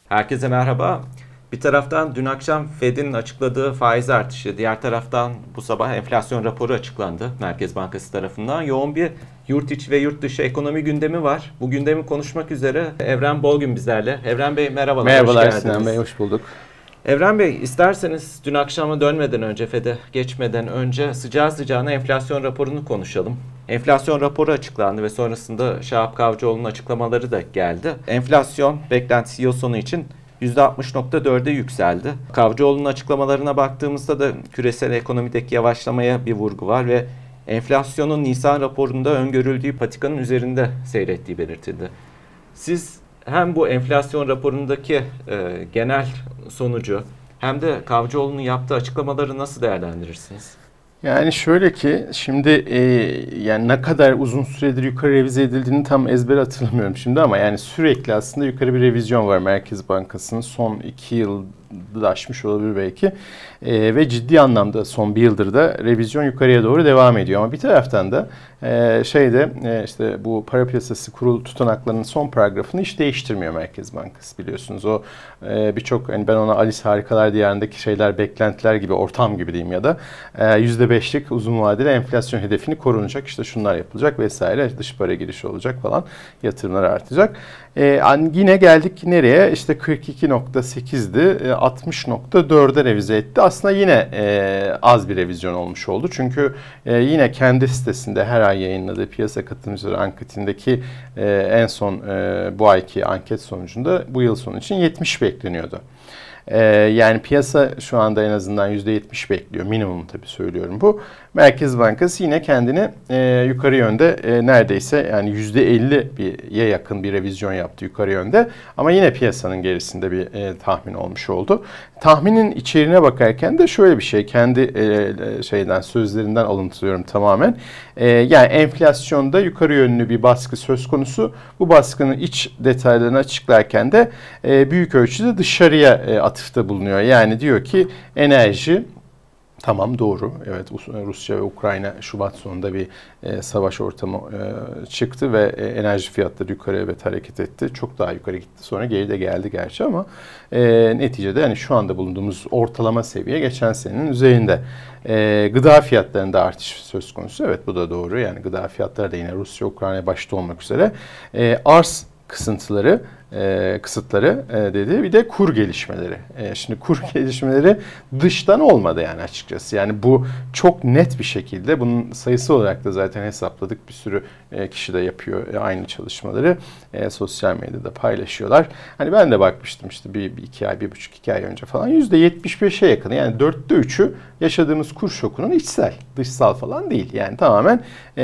Herkese merhaba. Bir taraftan dün akşam Fed'in açıkladığı faiz artışı, diğer taraftan bu sabah enflasyon raporu açıklandı Merkez Bankası tarafından. Yoğun bir yurt içi ve yurt dışı ekonomi gündemi var. Bu gündemi konuşmak üzere Evren Bolgün bizlerle. Evren Bey merhabalar, Merhabalar hoş geldiniz. Sinan Bey, hoş bulduk. Evren Bey, isterseniz dün akşama dönmeden önce, Fed'e geçmeden önce sıcağı sıcağına enflasyon raporunu konuşalım. Enflasyon raporu açıklandı ve sonrasında Şahap Kavcıoğlu'nun açıklamaları da geldi. Enflasyon beklentisi yıl sonu için %60.4'e yükseldi. Kavcıoğlu'nun açıklamalarına baktığımızda da küresel ekonomideki yavaşlamaya bir vurgu var ve enflasyonun Nisan raporunda öngörüldüğü patikanın üzerinde seyrettiği belirtildi. Siz hem bu enflasyon raporundaki genel sonucu hem de Kavcıoğlu'nun yaptığı açıklamaları nasıl değerlendirirsiniz? Yani şöyle ki şimdi yani ne kadar uzun süredir yukarı revize edildiğini tam ezber hatırlamıyorum şimdi ama yani sürekli aslında yukarı bir revizyon var Merkez Bankası'nın son 2 yılda aşmış olabilir belki. Ve ciddi anlamda son bir yıldır da revizyon yukarıya doğru devam ediyor. Ama bir taraftan da işte bu para piyasası kurulu tutanaklarının son paragrafını hiç değiştirmiyor Merkez Bankası, biliyorsunuz. O birçok, hani ben ona Alice Harikalar Diyarı'ndaki şeyler, beklentiler gibi, ortam gibi diyeyim ya da %5'lik uzun vadeli enflasyon hedefini korunacak, işte şunlar yapılacak vesaire, dış para girişi olacak falan, yatırımlar artacak. Yine geldik nereye? İşte 42.8'di, 60.4'e revize etti. Aslında yine az bir revizyon olmuş oldu. Çünkü yine kendi sitesinde her ay yayınladığı piyasa katılımcıları anketindeki en son bu ayki anket sonucunda bu yıl sonu için 70 bekleniyordu. Yani piyasa şu anda en azından %70 bekliyor. Minimum tabii söylüyorum bu. Merkez Bankası yine kendini yukarı yönde neredeyse yani %50'ye yakın bir revizyon yaptı yukarı yönde. Ama yine piyasanın gerisinde bir tahmin olmuş oldu. Tahminin içeriğine bakarken de şöyle bir şey, kendi sözlerinden alıntılıyorum tamamen. Yani enflasyonda yukarı yönlü bir baskı söz konusu. Bu baskının iç detaylarını açıklarken de büyük ölçüde dışarıya atıfta bulunuyor. Yani diyor ki enerji, tamam, doğru. Evet, Rusya ve Ukrayna Şubat sonunda bir savaş ortamı çıktı ve enerji fiyatları yukarı, evet, hareket etti. Çok daha yukarı gitti. Sonra geri de geldi gerçi ama neticede yani şu anda bulunduğumuz ortalama seviye geçen senenin üzerinde. Gıda fiyatlarında artış söz konusu. Evet, bu da doğru. Yani gıda fiyatları da yine Rusya, Ukrayna başta olmak üzere arz kısıtları dedi. Bir de kur gelişmeleri. Şimdi kur gelişmeleri dıştan olmadı yani açıkçası. Yani bu çok net bir şekilde, bunun sayısı olarak da zaten hesapladık. Bir sürü kişi de yapıyor aynı çalışmaları. Sosyal medyada paylaşıyorlar. Hani ben de bakmıştım işte bir iki ay, 1,5-2 ay önce falan. %75'e yakın, yani 3'ü yaşadığımız kur şokunun içsel, dışsal falan değil. Yani tamamen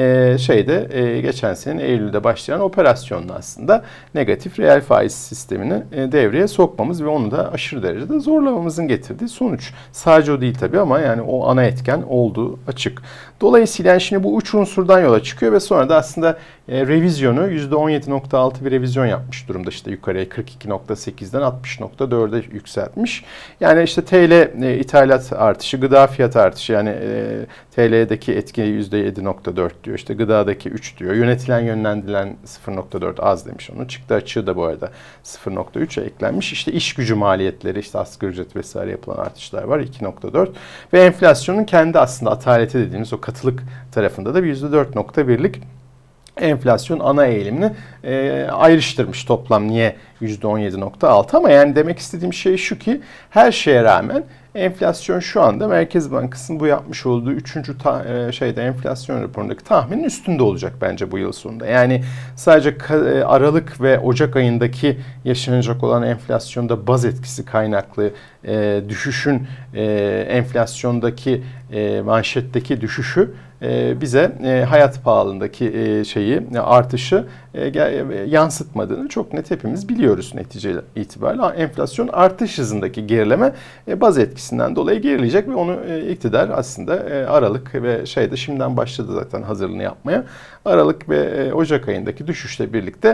geçen senenin Eylül'de başlayan operasyonla aslında negatif reel faiz sistemini devreye sokmamız ve onu da aşırı derecede zorlamamızın getirdiği sonuç. Sadece o değil tabii ama yani o ana etken olduğu açık. Dolayısıyla yani şimdi bu üç unsurdan yola çıkıyor ve sonra da aslında revizyonu %17.6 bir revizyon yapmış durumda, işte yukarıya 42.8'den 60.4'e yükseltmiş. Yani işte TL ithalat artışı, gıda fiyat artışı, yani TL'deki etki %7.4 diyor. İşte gıdadaki 3 diyor. Yönetilen yönlendirilen 0.4 az demiş onu. Çıktı açığı da bu arada 0.3'e eklenmiş. İşte iş gücü maliyetleri, işte asgari ücret vesaire yapılan artışlar var 2.4 ve enflasyonun kendi aslında ataleti dediğimiz o katılık tarafında da bir %4.1'lik enflasyon ana eğilimini ayrıştırmış. Toplam niye %17.6, ama yani demek istediğim şey şu ki her şeye rağmen enflasyon şu anda Merkez Bankası'nın bu yapmış olduğu 3. enflasyon raporundaki tahminin üstünde olacak bence bu yıl sonunda. Yani sadece Aralık ve Ocak ayındaki yaşanacak olan enflasyonda baz etkisi kaynaklı düşüşün enflasyondaki manşetteki düşüşü bize hayat pahalılığındaki artışı yansıtmadığını çok net hepimiz biliyoruz netice itibariyle. Enflasyon artış hızındaki gerileme baz etkisinden dolayı gerileyecek ve onu iktidar aslında Aralık ve şimdiden başladı zaten hazırlığını yapmaya. Aralık ve Ocak ayındaki düşüşle birlikte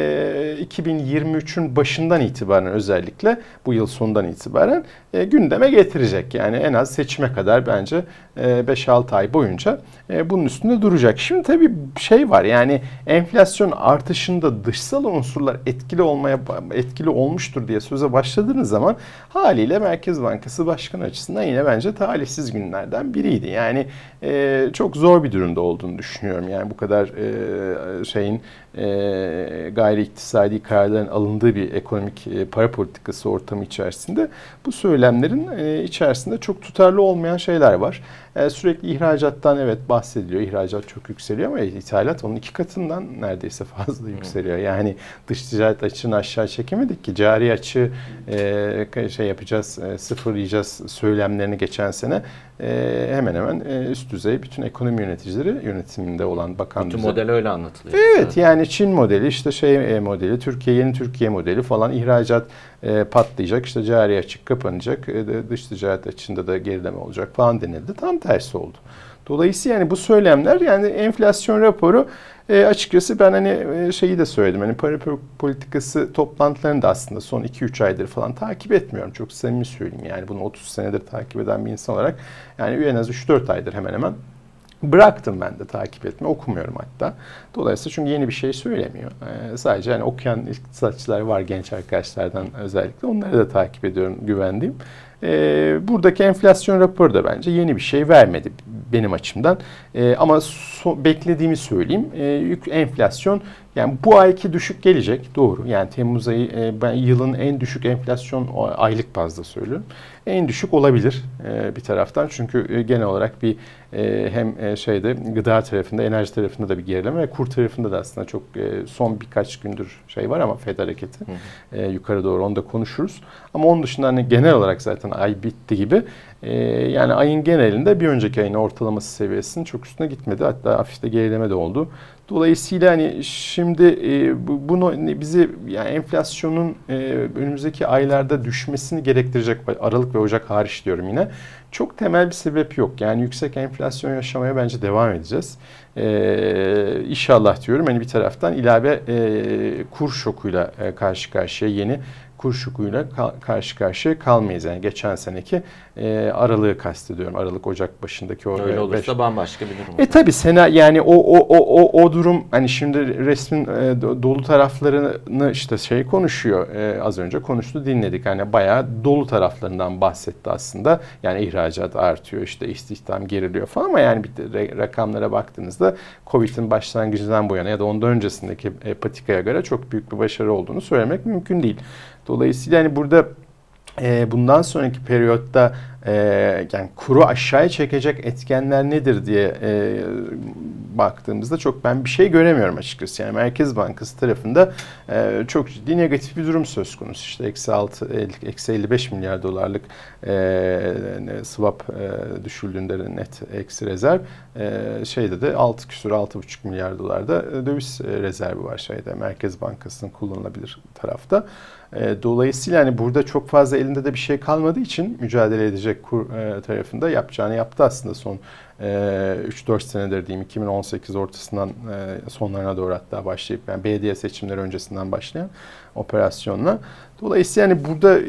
2023'ün başından itibaren, özellikle bu yıl sonundan itibaren gündeme getirecek. Yani en az seçime kadar bence 5-6 ay boyunca bunun üstünde duracak. Şimdi tabii şey var, yani enflasyon artışında dışsal unsurlar etkili olmuştur diye söze başladığınız zaman haliyle Merkez Bankası Başkanı açısından yine bence talihsiz günlerden biriydi. Yani çok zor bir durumda olduğunu düşünüyorum. Yani bu kadar gayri iktisadi kararların alındığı bir ekonomik para politikası ortamı içerisinde bu söylemlerin içerisinde çok tutarlı olmayan şeyler var. Sürekli ihracattan evet bahsediliyor. İhracat çok yükseliyor ama ithalat onun 2 katından neredeyse fazla yükseliyor. Yani dış ticaret açığını aşağı çekemedik ki. Cari açığı yapacağız, sıfırlayacağız söylemlerini geçen sene hemen hemen üst düzey bütün ekonomi yöneticileri yönetiminde olan bakan bütün model öyle anlatılıyor. Evet, yani Çin modeli, işte modeli, yeni Türkiye modeli falan, ihracat patlayacak, işte cari açık kapanacak, dış ticaret açığında da gerileme olacak falan denildi. Tam tersi oldu. Dolayısıyla yani bu söylemler, yani enflasyon raporu açıkçası ben şeyi de söyledim. Hani para politikası toplantılarını da aslında son 2-3 aydır falan takip etmiyorum. Çok samimi söyleyeyim. Yani bunu 30 senedir takip eden bir insan olarak yani en az 3-4 aydır hemen hemen bıraktım ben de takip etme, okumuyorum hatta. Dolayısıyla çünkü yeni bir şey söylemiyor. Sadece hani okuyan iktisatçılar var, genç arkadaşlardan özellikle. Onları da takip ediyorum, güvendiğim. Buradaki enflasyon raporu da bence yeni bir şey vermedi benim açımdan. Ama beklediğimi söyleyeyim. Enflasyon yani bu ayki düşük gelecek. Doğru. Yani Temmuz ayı ben yılın en düşük enflasyon aylık bazda söylüyorum. En düşük olabilir bir taraftan. Çünkü genel olarak bir hem gıda tarafında, enerji tarafında da bir gerileme ve kur tarafında da aslında çok son birkaç gündür şey var ama Fed hareketi yukarı doğru, onu da konuşuruz. Ama onun dışında hani genel olarak zaten ay bitti gibi. Yani ayın genelinde bir önceki ayın ortalaması seviyesinin çok üstüne gitmedi. Hatta hafif de gerileme de oldu. Dolayısıyla hani şimdi bunu bizi, yani enflasyonun önümüzdeki aylarda düşmesini gerektirecek, Aralık ve Ocak hariç diyorum yine, çok temel bir sebep yok. Yani yüksek enflasyon yaşamaya bence devam edeceğiz. İnşallah diyorum. Hani bir taraftan ilave kur şokuyla karşı karşıya, yeni kur şokuyla karşı karşıya kalmayız. Yani geçen seneki aralığı kastediyorum. Aralık-Ocak başındaki o. Öyle olursa bambaşka bir durum. Tabii yani o durum, hani şimdi resmin dolu taraflarını işte konuşuyor. Az önce konuştu, dinledik. Hani bayağı dolu taraflarından bahsetti aslında. Yani ihracat artıyor, işte istihdam geriliyor falan, ama yani bir rakamlara baktığınızda Covid'in başlangıcından bu yana ya da ondan öncesindeki patikaya göre çok büyük bir başarı olduğunu söylemek mümkün değil. Dolayısıyla hani burada bundan sonraki periyotta yani kuru aşağıya çekecek etkenler nedir diye baktığımızda çok ben bir şey göremiyorum açıkçası. Yani Merkez Bankası tarafında çok ciddi negatif bir durum söz konusu. İşte eksi 55 milyar dolarlık swap düşüldüğünde net eksi rezerv, şeyde de 6,5 milyar dolarda döviz rezervi var Merkez Bankası'nın kullanılabilir tarafta. Dolayısıyla hani burada çok fazla elinde de bir şey kalmadığı için mücadele edecek kur tarafında yapacağını yaptı aslında son 3-4 senedir diyeyim, 2018 ortasından sonlarına doğru hatta başlayıp, yani belediye seçimleri öncesinden başlayan operasyonla. Dolayısıyla yani burada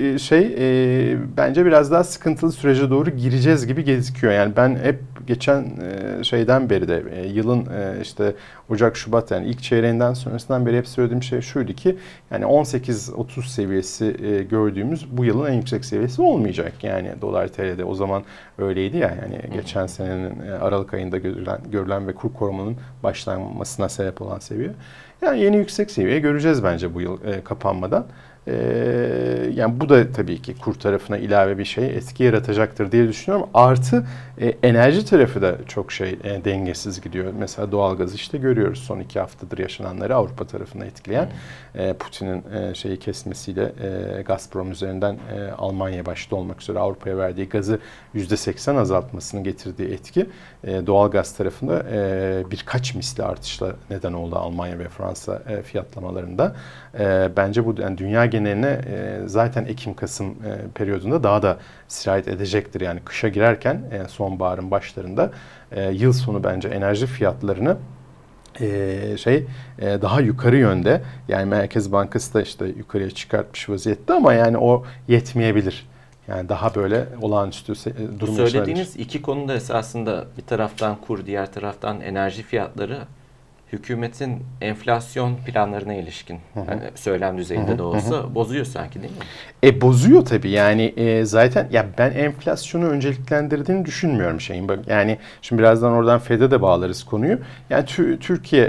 bence biraz daha sıkıntılı sürece doğru gireceğiz gibi gözüküyor. Yani ben hep geçen şeyden beri de yılın işte Ocak, Şubat, yani ilk çeyreğinden sonrasından beri hep söylediğim şey şuydu ki yani 18-30 seviyesi gördüğümüz bu yılın en yüksek seviyesi olmayacak. Yani dolar TL'de o zaman öyleydi ya, yani geçen senenin Aralık ayında görülen ve kur korumanın başlanmasına sebep olan seviye. Yani yeni yüksek seviye göreceğiz bence bu yıl kapanmadan. Yani bu da tabii ki kur tarafına ilave bir etki yaratacaktır diye düşünüyorum. Artı enerji tarafı da çok dengesiz gidiyor. Mesela doğalgaz işte görüyoruz son 2 haftadır yaşananları Avrupa tarafına etkileyen. Putin'in kesmesiyle Gazprom üzerinden Almanya başta olmak üzere Avrupa'ya verdiği gazı %80 azaltmasının getirdiği etki doğalgaz tarafında birkaç misli artışla neden oldu Almanya ve Fransa fiyatlamalarında. Bence bu yani dünya geneline zaten Ekim-Kasım periyodunda daha da sirayet edecektir. Yani kışa girerken sonbaharın başlarında yıl sonu bence enerji fiyatlarını daha yukarı yönde, yani Merkez Bankası da işte yukarıya çıkartmış vaziyette ama yani o yetmeyebilir. Yani daha böyle olağanüstü Bu durum söylediğiniz iki konuda esasında bir taraftan kur, diğer taraftan enerji fiyatları hükümetin enflasyon planlarına ilişkin yani söylem düzeyinde de olsa bozuyor sanki, değil mi? Bozuyor tabii yani zaten ya ben enflasyonu önceliklendirdiğini düşünmüyorum şeyin. Yani şimdi birazdan oradan FED'e de bağlarız konuyu. Yani Türkiye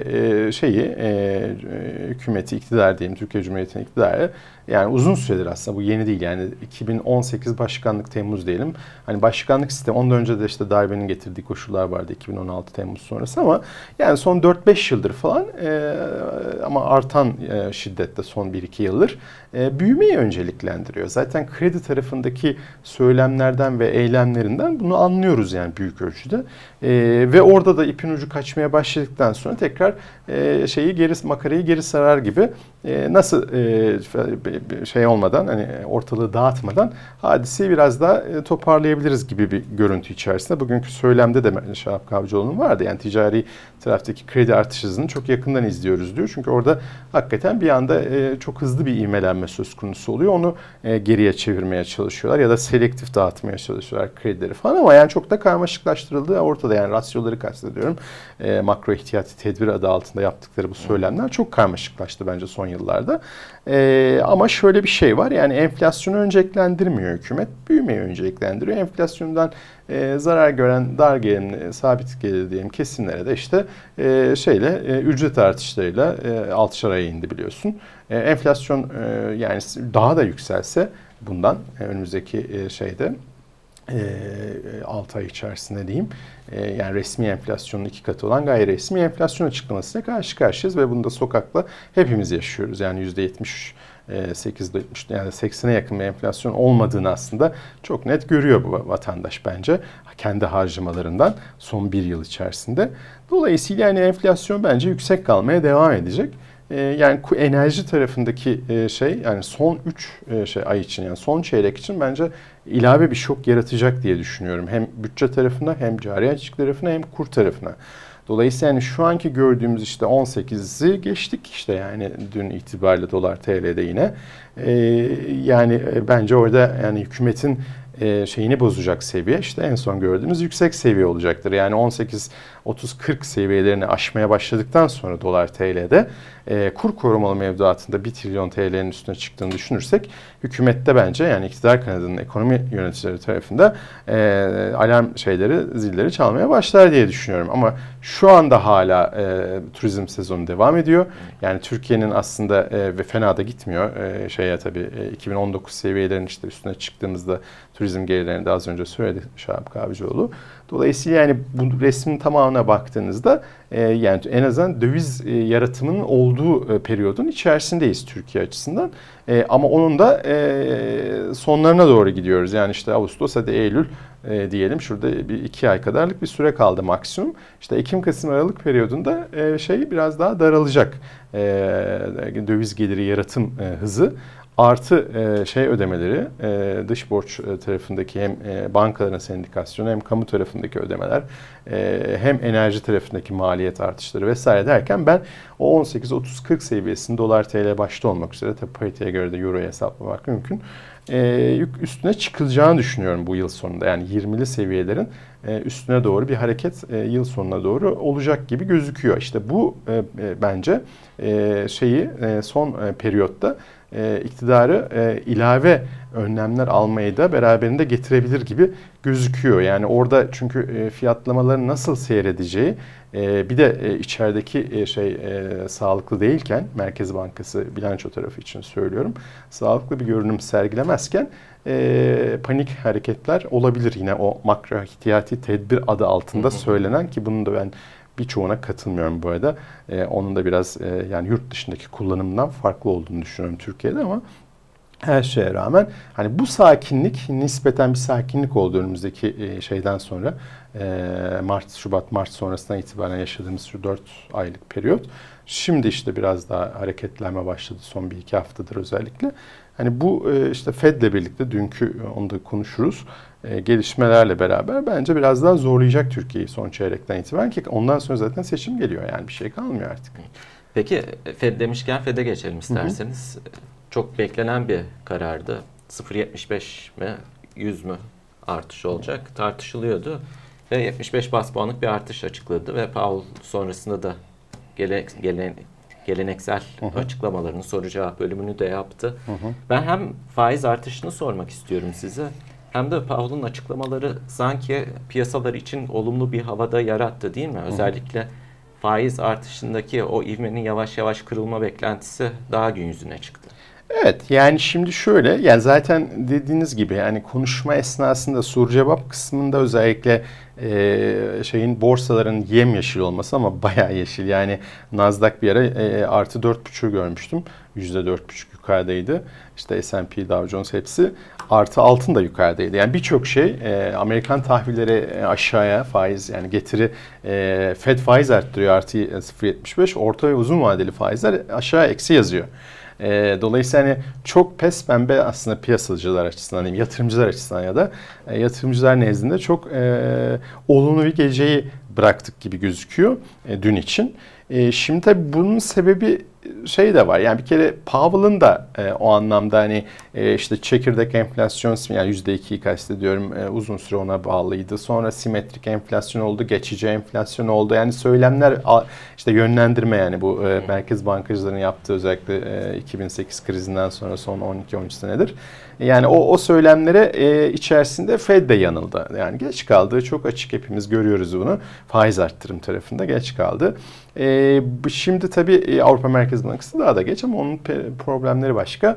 hükümeti, iktidar diyeyim, Türkiye Cumhuriyeti'nin iktidarı yani uzun süredir, aslında bu yeni değil yani 2018 başkanlık Temmuz diyelim. Hani başkanlık sistemi, ondan önce de işte darbenin getirdiği koşullar vardı 2016 Temmuz sonrası, ama yani son 4-5 yıldır falan ama artan şiddette son 1-2 yıldır büyümeyi önceliklendiriyor. Zaten kredi tarafındaki söylemlerden ve eylemlerinden bunu anlıyoruz yani büyük ölçüde. Ve orada da ipin ucu kaçmaya başladıktan sonra tekrar makarayı geri sarar gibi nasıl şey olmadan, hani ortalığı dağıtmadan hadiseyi biraz daha toparlayabiliriz gibi bir görüntü içerisinde. Bugünkü söylemde de Şahap Kavcıoğlu'nun vardı. Yani ticari taraftaki kredi artış hızını çok yakından izliyoruz diyor. Çünkü orada hakikaten bir anda çok hızlı bir ivmelenme söz konusu oluyor. Onu geriye çevirmeye çalışıyorlar ya da selektif dağıtmaya çalışıyorlar kredileri falan, ama yani çok da karmaşıklaştırıldığı ortada. Yani rasyoları kastediyorum. Makro ihtiyati tedbir adı altında yaptıkları bu söylemler çok karmaşıklaştı bence son yıllarda. Ama şöyle bir şey var, yani enflasyonu önceliklendirmiyor hükümet, büyümeyi önceliklendiriyor. Enflasyondan zarar gören dar gelirli, sabit gelirli diyelim kesimlere de işte ücret artışlarıyla 6'şar aya indi biliyorsun. Enflasyon yani daha da yükselse bundan önümüzdeki 6 ay içerisinde diyeyim. Yani resmi enflasyonun 2 katı olan gayri resmi enflasyon açıklamasıyla karşı karşıyayız ve bunu da sokakla hepimiz yaşıyoruz. Yani %70, 8'de yani 80'e yakın bir enflasyon olmadığını aslında çok net görüyor bu vatandaş bence kendi harcamalarından son bir yıl içerisinde. Dolayısıyla yani enflasyon bence yüksek kalmaya devam edecek. Yani enerji tarafındaki yani son 3 ay için, yani son çeyrek için bence ilave bir şok yaratacak diye düşünüyorum. Hem bütçe tarafına, hem cari açık tarafına, hem kur tarafına. Dolayısıyla yani şu anki gördüğümüz işte 18'i geçtik işte, yani dün itibariyle dolar TL'de yine. Yani bence orada yani hükümetin şeyini bozacak seviye işte en son gördüğümüz yüksek seviye olacaktır. Yani 18-30-40 seviyelerini aşmaya başladıktan sonra dolar TL'de kur korumalı mevduatında 1 trilyon TL'nin üstüne çıktığını düşünürsek hükümette bence, yani iktidar kanadının ekonomi yöneticileri tarafında alarm zilleri çalmaya başlar diye düşünüyorum. Ama şu anda hala turizm sezonu devam ediyor. Yani Türkiye'nin aslında ve fena da gitmiyor. Tabii 2019 seviyelerin işte üstüne çıktığımızda turizm gelirlerini de az önce söyledi Şahap Kavcıoğlu. Dolayısıyla yani bu resmin tamamına baktığınızda yani en azından döviz yaratımının olduğu periyodun içerisindeyiz Türkiye açısından. Ama onun da sonlarına doğru gidiyoruz. Yani işte Ağustos, hadi Eylül diyelim, şurada bir 2 ay kadarlık bir süre kaldı maksimum. İşte Ekim, Kasım, Aralık periyodunda biraz daha daralacak döviz geliri yaratım hızı. Artı ödemeleri, dış borç tarafındaki hem bankaların sendikasyonu, hem kamu tarafındaki ödemeler, hem enerji tarafındaki maliyet artışları vesaire derken ben o 18-30-40 seviyesinde dolar TL başta olmak üzere, tabii pariteye göre de euroya hesaplamak mümkün, üstüne çıkılacağını düşünüyorum bu yıl sonunda. Yani 20'li seviyelerin üstüne doğru bir hareket yıl sonuna doğru olacak gibi gözüküyor. İşte bu bence son periyotta iktidarı ilave önlemler almayı da beraberinde getirebilir gibi gözüküyor. Yani orada çünkü fiyatlamaların nasıl seyredeceği, bir de içerideki sağlıklı değilken, Merkez Bankası bilanço tarafı için söylüyorum, sağlıklı bir görünüm sergilemezken panik hareketler olabilir. Yine o makro ihtiyati tedbir adı altında söylenen, ki bunun da ben birçoğuna katılmıyorum bu arada. Onun da biraz yani yurt dışındaki kullanımından farklı olduğunu düşünüyorum Türkiye'de, ama her şeye rağmen hani bu sakinlik, nispeten bir sakinlik oldu önümüzdeki şeyden sonra, Şubat-Mart sonrasından itibaren yaşadığımız şu 4 aylık periyot. Şimdi işte biraz daha hareketlenme başladı son 1-2 haftadır özellikle. Hani bu işte Fed'le birlikte, dünkü onu da konuşuruz, gelişmelerle beraber bence biraz daha zorlayacak Türkiye'yi son çeyrekten itibaren, ki ondan sonra zaten seçim geliyor, yani bir şey kalmıyor artık. Peki Fed demişken Fed'e geçelim isterseniz. Çok beklenen bir karardı. 0.75 mi? 100 mü artış olacak tartışılıyordu. Ve 75 bas puanlık bir artış açıkladı ve Powell sonrasında da geleneksel açıklamalarını, soru cevap bölümünü de yaptı. Ben hem faiz artışını sormak istiyorum size, hem de Powell'ın açıklamaları sanki piyasalar için olumlu bir havada yarattı değil mi? Özellikle faiz artışındaki o ivmenin yavaş yavaş kırılma beklentisi daha gün yüzüne çıktı. Evet, yani şimdi şöyle, yani zaten dediğiniz gibi yani konuşma esnasında soru cevap kısmında özellikle borsaların yemyeşil olması, ama bayağı yeşil. Yani Nasdaq bir ara artı 4,5'u görmüştüm. %4,5 yukarıdaydı. İşte S&P, Dow Jones hepsi artı altın da yukarıdaydı. Yani birçok şey Amerikan tahvilleri aşağıya, faiz yani getiri, Fed faiz arttırıyor artı 0,75, orta ve uzun vadeli faizler aşağı eksi yazıyor. Dolayısıyla hani çok pes pembe aslında piyasacılar açısından diyeyim, yatırımcılar açısından ya da yatırımcılar nezdinde çok olumlu bir geleceği bıraktık gibi gözüküyor dün için. Şimdi tabii bunun sebebi şey de var. Yani bir kere Powell'ın da o anlamda hani işte çekirdek enflasyon, yani %2'yi kastediyorum, uzun süre ona bağlıydı. Sonra simetrik enflasyon oldu, geçici enflasyon oldu. Yani söylemler işte yönlendirme, yani bu merkez bankacıların yaptığı özellikle 2008 krizinden sonra son 12-13 senedir. Yani o söylemlere içerisinde Fed de yanıldı. Yani geç kaldı. Çok açık, hepimiz görüyoruz bunu. Faiz arttırım tarafında geç kaldı. Şimdi tabii Avrupa Merkez Bankası daha da geç, ama onun problemleri başka.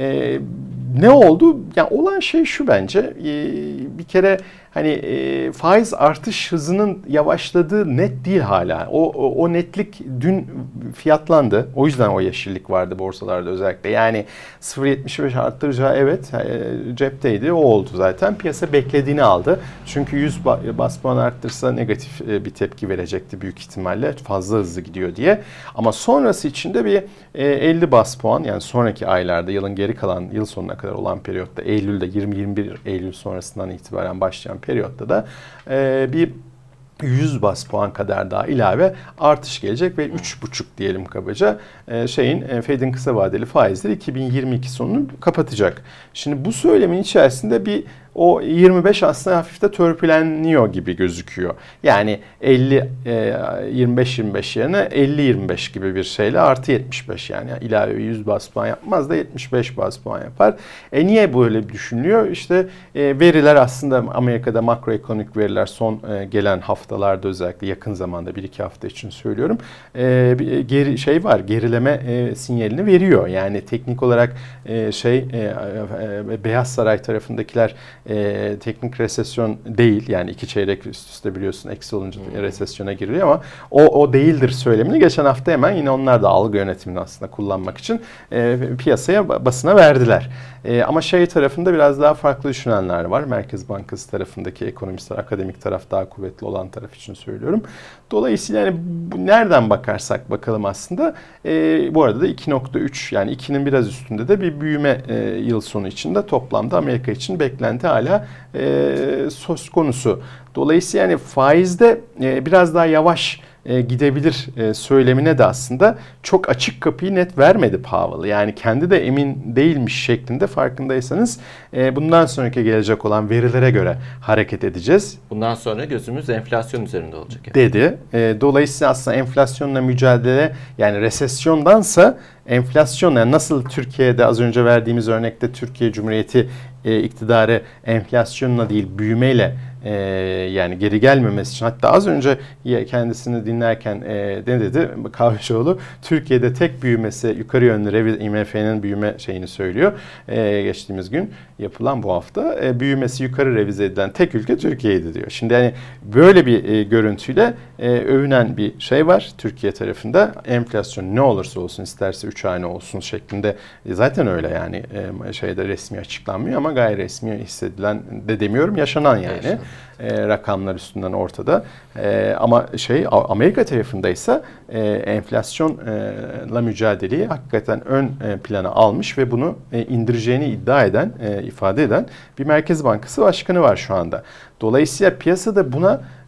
Ne oldu? Yani olan şey şu bence. Bir kere hani faiz artış hızının yavaşladığı net değil hala. O netlik dün fiyatlandı. O yüzden o yeşillik vardı borsalarda özellikle. Yani 0,75 arttıracağı evet cepteydi. O oldu zaten. Piyasa beklediğini aldı. Çünkü 100 bas puan arttırsa negatif bir tepki verecekti büyük ihtimalle. Fazla hızlı gidiyor diye. Ama sonrası içinde bir 50 bas puan, yani sonraki aylarda, yılın geri kalan, yıl sonuna kadar olan periyotta, Eylül'de 20-21 Eylül sonrasından itibaren başlayan periyotta da bir 100 bas puan kadar daha ilave artış gelecek ve 3,5 diyelim kabaca Fed'in kısa vadeli faizleri 2022 sonunu kapatacak. Şimdi bu söylemin içerisinde bir o 25 aslında hafif de törpüleniyor gibi gözüküyor. Yani 25 yerine 50-25 gibi bir şeyle artı 75, yani ilave 100 bas puan yapmaz da 75 bas puan yapar. Niye böyle düşünülüyor? İşte veriler aslında Amerika'da makroekonomik veriler son gelen haftalarda, özellikle yakın zamanda 1-2 hafta için söylüyorum. Gerileme sinyalini veriyor. Yani teknik olarak Beyaz Saray tarafındakiler teknik resesyon değil, yani 2 çeyrek üst üste biliyorsun eksi olunca resesyona giriliyor, ama o değildir söylemini geçen hafta hemen yine onlar da algı yönetimini aslında kullanmak için piyasaya, basına verdiler. Ama tarafında biraz daha farklı düşünenler var. Merkez Bankası tarafındaki ekonomistler, akademik taraf daha kuvvetli olan taraf için söylüyorum. Dolayısıyla yani nereden bakarsak bakalım aslında bu arada da 2,3, yani 2'nin biraz üstünde de bir büyüme yıl sonu içinde toplamda Amerika için beklenti hala söz konusu. Dolayısıyla yani faizde biraz daha yavaş gidebilir söylemine de aslında çok açık kapıyı net vermedi Powell. Yani kendi de emin değilmiş şeklinde, farkındaysanız bundan sonraki gelecek olan verilere göre hareket edeceğiz. Bundan sonra gözümüz enflasyon üzerinde olacak. Yani. Dedi. Dolayısıyla aslında enflasyonla mücadele, yani resesyondansa enflasyon, yani nasıl Türkiye'de az önce verdiğimiz örnekte Türkiye Cumhuriyeti iktidarı enflasyonla değil büyümeyle yani geri gelmemesi için, hatta az önce kendisini dinlerken ne dedi Kahvecioğlu, Türkiye'de tek büyümesi yukarı yönlü IMF'nin büyüme şeyini söylüyor. Geçtiğimiz gün yapılan, bu hafta büyümesi yukarı revize edilen tek ülke Türkiye'ydi diyor. Şimdi yani böyle bir görüntüyle övünen bir şey var Türkiye tarafında. Enflasyon ne olursa olsun, isterse 3 hane olsun şeklinde, zaten öyle yani resmi açıklanmıyor ama gayri resmi hissedilen de demiyorum, yaşanan yani. Rakamlar üstünden ortada. Ama Amerika tarafındaysa enflasyonla mücadeleyi hakikaten ön plana almış ve bunu indireceğini ifade eden bir Merkez Bankası Başkanı var şu anda. Dolayısıyla piyasada buna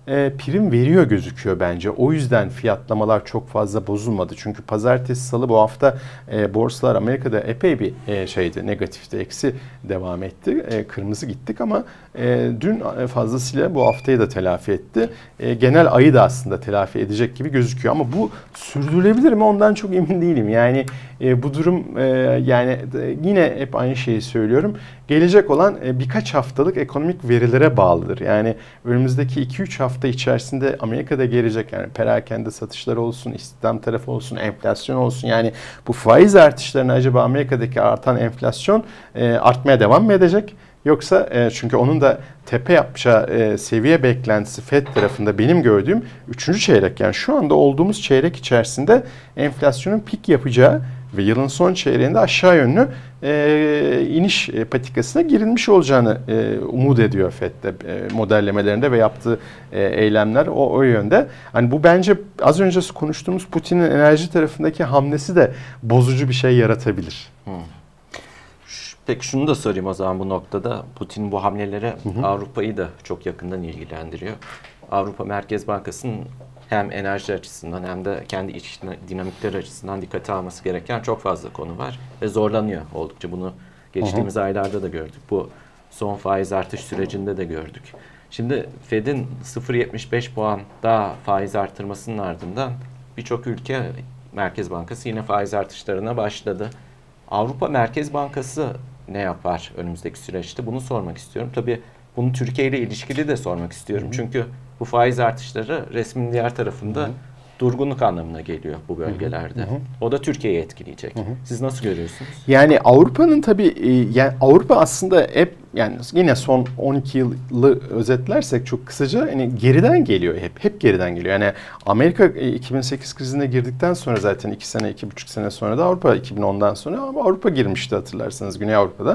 prim veriyor gözüküyor bence. O yüzden fiyatlamalar çok fazla bozulmadı. Çünkü pazartesi, salı bu hafta borsalar Amerika'da epey bir şeydi, negatifti, eksi devam etti. Kırmızı gittik ama dün fazlasıyla bu haftayı da telafi etti. Genel ayı da aslında telafi edecek gibi gözüküyor. Ama bu sürdürülebilir mi ondan çok emin değilim. Yani bu durum yani yine hep aynı şeyi söylüyorum. Gelecek olan birkaç haftalık ekonomik verilere bağlıdır. Yani önümüzdeki 2-3 hafta içerisinde Amerika'da gelecek yani perakende satışlar olsun, istihdam tarafı olsun, enflasyon olsun. Yani bu faiz artışlarına acaba Amerika'daki artan enflasyon artmaya devam mı edecek? Yoksa çünkü onun da tepe yapacağı seviye beklentisi Fed tarafında benim gördüğüm 3. çeyrek yani şu anda olduğumuz çeyrek içerisinde enflasyonun pik yapacağı ve yılın son çeyreğinde aşağı yönlü iniş patikasına girilmiş olacağını umut ediyor Fed'de modellemelerinde ve yaptığı eylemler o yönde. Hani bu bence az önce konuştuğumuz Putin'in enerji tarafındaki hamlesi de bozucu bir şey yaratabilir. Peki şunu da sorayım o zaman bu noktada. Putin bu hamlelere Avrupa'yı da çok yakından ilgilendiriyor. Avrupa Merkez Bankası'nın hem enerji açısından hem de kendi iç dinamikleri açısından dikkate alması gereken çok fazla konu var. Ve zorlanıyor oldukça. Bunu geçtiğimiz aylarda da gördük. Bu son faiz artış sürecinde de gördük. Şimdi Fed'in 0,75 puan daha faiz artırmasının ardından birçok ülke Merkez Bankası yine faiz artışlarına başladı. Avrupa Merkez Bankası ne yapar önümüzdeki süreçte? Bunu sormak istiyorum. Tabii bunu Türkiye ile ilişkili de sormak istiyorum. Çünkü bu faiz artışları resmin diğer tarafında durgunluk anlamına geliyor bu bölgelerde. O da Türkiye'yi etkileyecek. Siz nasıl görüyorsunuz? Yani Avrupa'nın tabii yani Avrupa aslında hep yani yine son 12 yılı özetlersek çok kısaca hani geriden geliyor hep geriden geliyor. Yani Amerika 2008 krizine girdikten sonra zaten 2 sene 2,5 sene sonra da Avrupa 2010'dan sonra ama Avrupa girmişti hatırlarsanız Güney Avrupa'dan.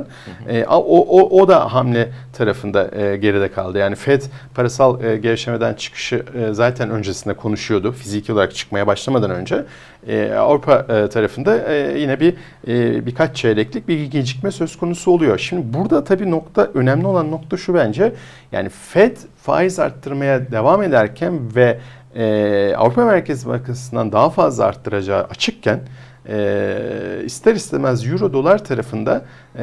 O da hamle tarafında geride kaldı. Yani Fed parasal gevşemeden çıkışı zaten öncesinde konuşuyordu. Fiziki olarak çıkmaya başlamadan önce. Avrupa tarafında yine birkaç çeyreklik bir gecikme söz konusu oluyor. Şimdi burada tabii önemli olan nokta şu bence. Yani Fed faiz arttırmaya devam ederken ve Avrupa Merkez Bankası'ndan daha fazla arttıracağı açıkken ister istemez euro dolar tarafında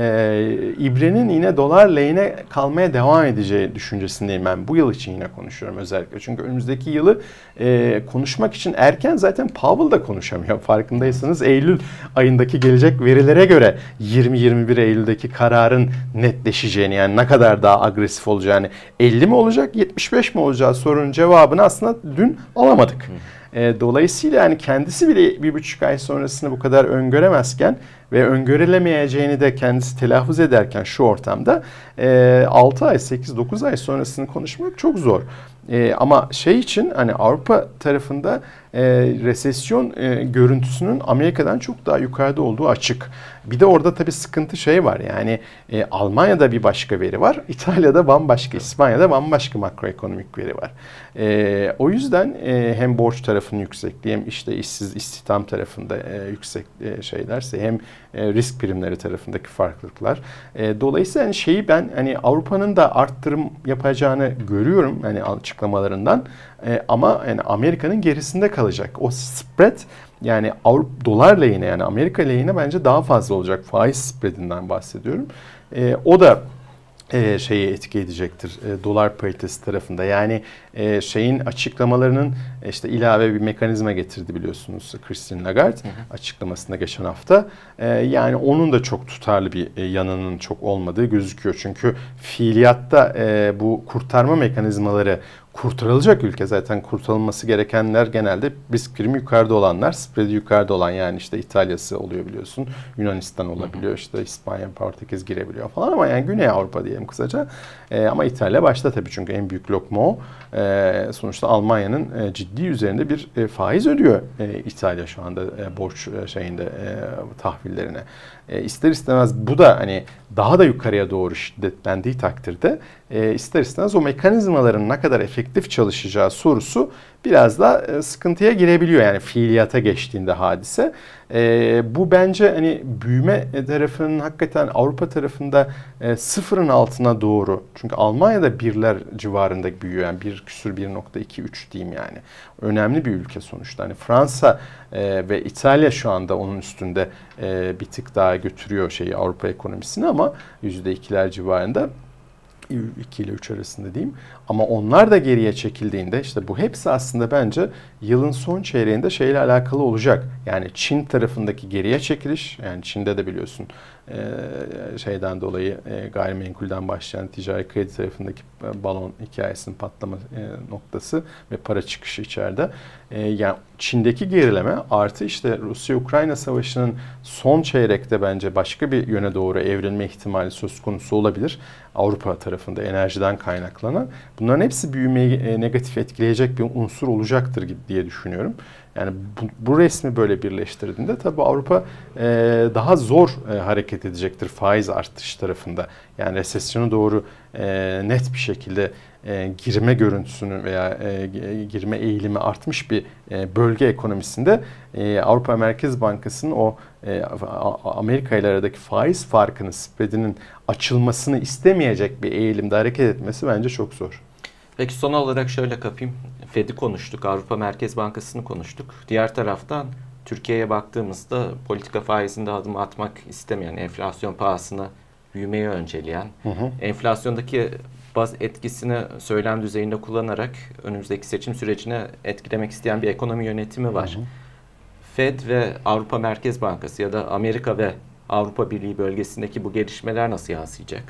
ibrenin yine dolar lehine kalmaya devam edeceği düşüncesindeyim ben. Bu yıl için yine konuşuyorum özellikle. Çünkü önümüzdeki yılı konuşmak için erken zaten Powell da konuşamıyor. Farkındaysanız Eylül ayındaki gelecek verilere göre 20-21 Eylül'deki kararın netleşeceğini yani ne kadar daha agresif olacağını 50 mi olacak 75 mi olacağı sorunun cevabını aslında dün alamadık. Dolayısıyla yani kendisi bile 1,5 ay sonrasını bu kadar öngöremezken ve öngörülemeyeceğini de kendisi telaffuz ederken şu ortamda 6 ay, 8-9 ay sonrasını konuşmak çok zor. Ama şey için hani Avrupa tarafında resesyon görüntüsünün Amerika'dan çok daha yukarıda olduğu açık. Bir de orada tabii sıkıntı şey var yani Almanya'da bir başka veri var. İtalya'da bambaşka, İspanya'da bambaşka makroekonomik veri var. O yüzden hem borç tarafının yüksekliği hem işte istihdam tarafında yüksek şeylerse hem risk primleri tarafındaki farklılıklar. Dolayısıyla yani şeyi ben hani Avrupa'nın da arttırım yapacağını görüyorum hani açıklamalarından. Ama yani Amerika'nın gerisinde kalacak. O spread yani Avrupa dolar lehine yani Amerika lehine bence daha fazla olacak. Faiz spreadinden bahsediyorum. O da şeyi etki edecektir dolar paritesi tarafında. Yani şeyin açıklamalarının işte ilave bir mekanizma getirdi biliyorsunuz Christine Lagarde açıklamasında geçen hafta. Yani onun da çok tutarlı bir yanının çok olmadığı gözüküyor. Çünkü fiiliyatta bu kurtarma mekanizmaları kurtarılacak ülke zaten kurtarılması gerekenler genelde risk primi yukarıda olanlar, spread'i yukarıda olan yani işte İtalya'sı oluyor biliyorsun, Yunanistan olabiliyor, işte İspanya, Portekiz girebiliyor falan ama yani Güney Avrupa diyelim kısaca. Ama İtalya başta tabii çünkü en büyük lokma o. Sonuçta Almanya'nın ciddi üzerinde bir faiz ödüyor İtalya şu anda borç şeyinde tahvillerine. İster istemez bu da hani daha da yukarıya doğru şiddetlendiği takdirde ister istemez o mekanizmaların ne kadar efektif efektif çalışacağı sorusu biraz da sıkıntıya girebiliyor yani fiiliyata geçtiğinde hadise. Bu bence hani büyüme tarafının hakikaten Avrupa tarafında sıfırın altına doğru. Çünkü Almanya'da birler civarında büyüyor. Yani 1,2-3 diyeyim yani. Önemli bir ülke sonuçta. Hani Fransa ve İtalya şu anda onun üstünde bir tık daha götürüyor şeyi Avrupa ekonomisini ama %2'ler civarında. 2 ile 3 arasında diyeyim. Ama onlar da geriye çekildiğinde işte bu hepsi aslında bence yılın son çeyreğinde şeyle alakalı olacak. Yani Çin tarafındaki geriye çekiliş, yani Çin'de de biliyorsun şeyden dolayı gayrimenkulden başlayan ticari kredi tarafındaki balon hikayesinin patlama noktası ve para çıkışı içeride. Yani Çin'deki gerileme artı işte Rusya-Ukrayna savaşının son çeyrekte bence başka bir yöne doğru evrilme ihtimali söz konusu olabilir. Avrupa tarafında enerjiden kaynaklanan. Bunların hepsi büyümeyi negatif etkileyecek bir unsur olacaktır gibi diye düşünüyorum. Yani bu resmi böyle birleştirdiğinde tabii Avrupa daha zor hareket edecektir faiz artış tarafında. Yani resesyona doğru net bir şekilde girme görüntüsünü veya girme eğilimi artmış bir bölge ekonomisinde Avrupa Merkez Bankası'nın o Amerika ile aradaki faiz farkının, spreadinin açılmasını istemeyecek bir eğilimde hareket etmesi bence çok zor. Peki son olarak şöyle kapayım. Fed'i konuştuk, Avrupa Merkez Bankası'nı konuştuk. Diğer taraftan Türkiye'ye baktığımızda politika faizinde adım atmak istemeyen, enflasyon pahasına büyümeyi önceleyen, enflasyondaki baz etkisini söylem düzeyinde kullanarak önümüzdeki seçim sürecine etkilemek isteyen bir ekonomi yönetimi var. Fed ve Avrupa Merkez Bankası ya da Amerika ve Avrupa Birliği bölgesindeki bu gelişmeler nasıl yansıyacak?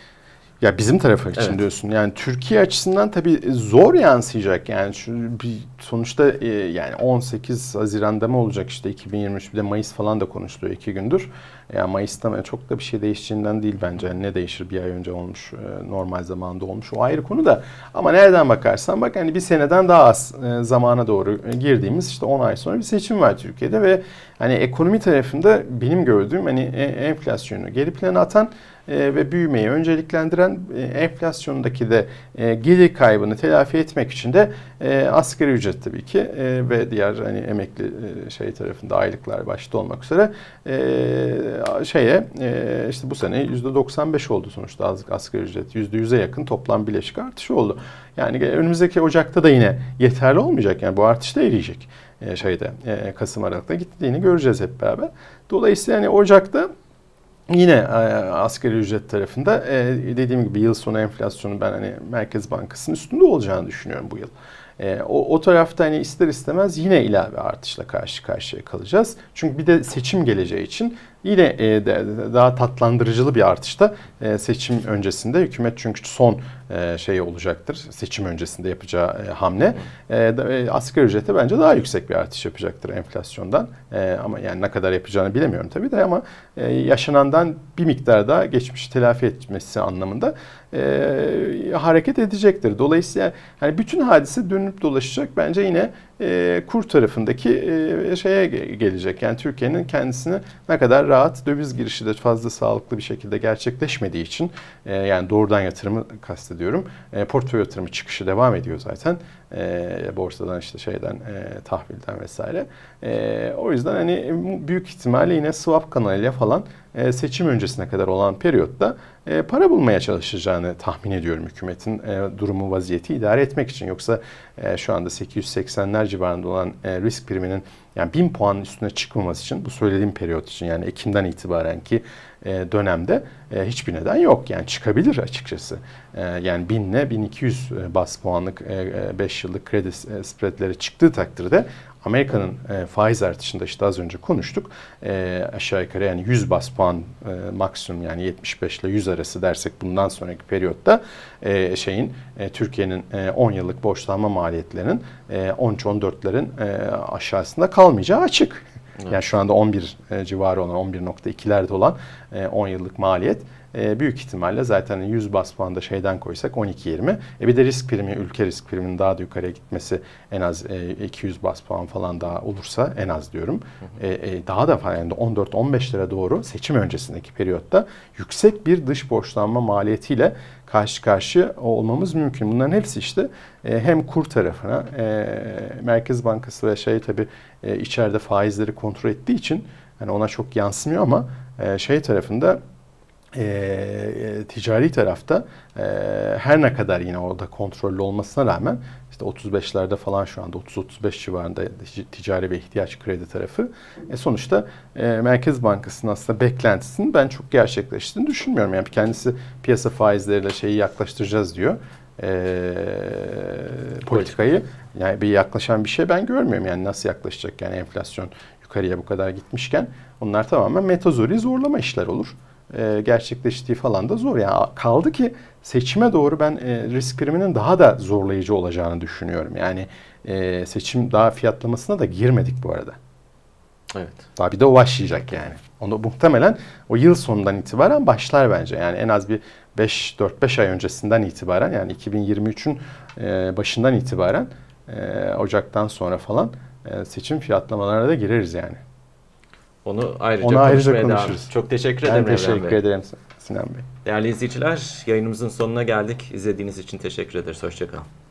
Ya bizim tarafı için diyorsun. Yani Türkiye açısından tabii zor yansıyacak. Yani sonuçta yani 18 Haziran'da mı olacak işte 2023 bir de Mayıs falan da konuşuluyor 2 gündür. Yani Mayıs'ta çok da bir şey değişeceğinden değil bence. Yani ne değişir bir ay önce olmuş, normal zamanda olmuş o ayrı konu da. Ama nereden bakarsan bak hani bir seneden daha az zamana doğru girdiğimiz işte 10 ay sonra bir seçim var Türkiye'de ve hani ekonomi tarafında benim gördüğüm hani enflasyonu geri plana atan ve büyümeyi önceliklendiren enflasyondaki de gelir kaybını telafi etmek için de asgari ücret tabii ki ve diğer hani emekli şey tarafında aylıklar başta olmak üzere işte bu sene %95 oldu sonuçta asgari ücret. %100'e yakın toplam bileşik artış oldu. Yani önümüzdeki Ocak'ta da yine yeterli olmayacak. Yani bu artış da eriyecek Kasım Aralık'ta gittiğini göreceğiz hep beraber. Dolayısıyla yani Ocak'ta yine asgari ücret tarafında dediğim gibi yıl sonu enflasyonu ben hani Merkez Bankası'nın üstünde olacağını düşünüyorum bu yıl. O tarafta hani ister istemez yine ilave artışla karşı karşıya kalacağız. Çünkü bir de seçim geleceği için yine daha tatlandırıcılı bir artışta seçim öncesinde hükümet çünkü son şey olacaktır. Seçim öncesinde yapacağı hamle. Asgari ücrete bence daha yüksek bir artış yapacaktır enflasyondan. Ama yani ne kadar yapacağını bilemiyorum tabii de ama yaşanandan bir miktar daha geçmişi telafi etmesi anlamında hareket edecektir. Dolayısıyla hani bütün hadise dönüp dolaşacak bence yine kur tarafındaki şeye gelecek. Yani Türkiye'nin kendisini ne kadar rahat döviz girişi de fazla sağlıklı bir şekilde gerçekleşmediği için yani doğrudan yatırımı kastediyorum. Portföy yatırımı çıkışı devam ediyor zaten. Borsadan işte tahvilden vesaire. O yüzden hani büyük ihtimalle yine swap kanalıyla falan seçim öncesine kadar olan periyotta para bulmaya çalışacağını tahmin ediyorum hükümetin durumu vaziyeti idare etmek için. Yoksa şu anda 880'ler civarında olan risk priminin yani 1000 puanın üstüne çıkmaması için bu söylediğim periyot için yani Ekim'den itibaren ki dönemde hiçbir neden yok. Yani çıkabilir açıkçası. Yani 1000 ile 1200 bas puanlık 5 yıllık kredi spreadleri çıktığı takdirde Amerika'nın faiz artışında işte az önce konuştuk. Aşağı yukarı yani 100 bas puan maksimum yani 75 ile 100 arası dersek bundan sonraki periyotta Türkiye'nin 10 yıllık borçlanma maliyetlerinin 13-14'lerin aşağısında kalmayacağı açık. Evet. Yani şu anda 11 civarı olan 11.2'lerde olan 10 yıllık maliyet büyük ihtimalle zaten 100 bas puan da şeyden koysak 12-20. Bir de risk primi, ülke risk priminin daha da yukarıya gitmesi en az 200 bas puan falan daha olursa en az diyorum. Daha da yani 14-15 lira doğru seçim öncesindeki periyotta yüksek bir dış borçlanma maliyetiyle karşı karşıya olmamız mümkün. Bunların hepsi işte hem kur tarafına, Merkez Bankası ve tabii içeride faizleri kontrol ettiği için hani ona çok yansımıyor ama tarafında ticari tarafta her ne kadar yine orada kontrollü olmasına rağmen işte 35'lerde falan şu anda 30-35 civarında ticari ve ihtiyaç kredi tarafı. Sonuçta Merkez Bankası'nın aslında beklentisinin ben çok gerçekleştiğini düşünmüyorum. Yani kendisi piyasa faizleriyle yaklaştıracağız diyor. Politikayı. Yani bir yaklaşan bir şey ben görmüyorum. Yani nasıl yaklaşacak? Yani enflasyon yukarıya bu kadar gitmişken onlar tamamen metazori zorlama işler olur. Gerçekleştiği falan da zor. Yani kaldı ki seçime doğru ben risk priminin daha da zorlayıcı olacağını düşünüyorum. Yani seçim daha fiyatlamasına da girmedik bu arada. Evet. Daha bir de o başlayacak yani. Onu muhtemelen o yıl sonundan itibaren başlar bence. Yani en az bir 4-5 ay öncesinden itibaren yani 2023'ün başından itibaren Ocak'tan sonra falan seçim fiyatlamalarına da gireriz yani. Onu ayrıca konuşuruz. Çok teşekkür ederim. Ben teşekkür ederim Sinan Bey. Değerli izleyiciler, yayınımızın sonuna geldik. İzlediğiniz için teşekkür ederiz. Hoşça kalın.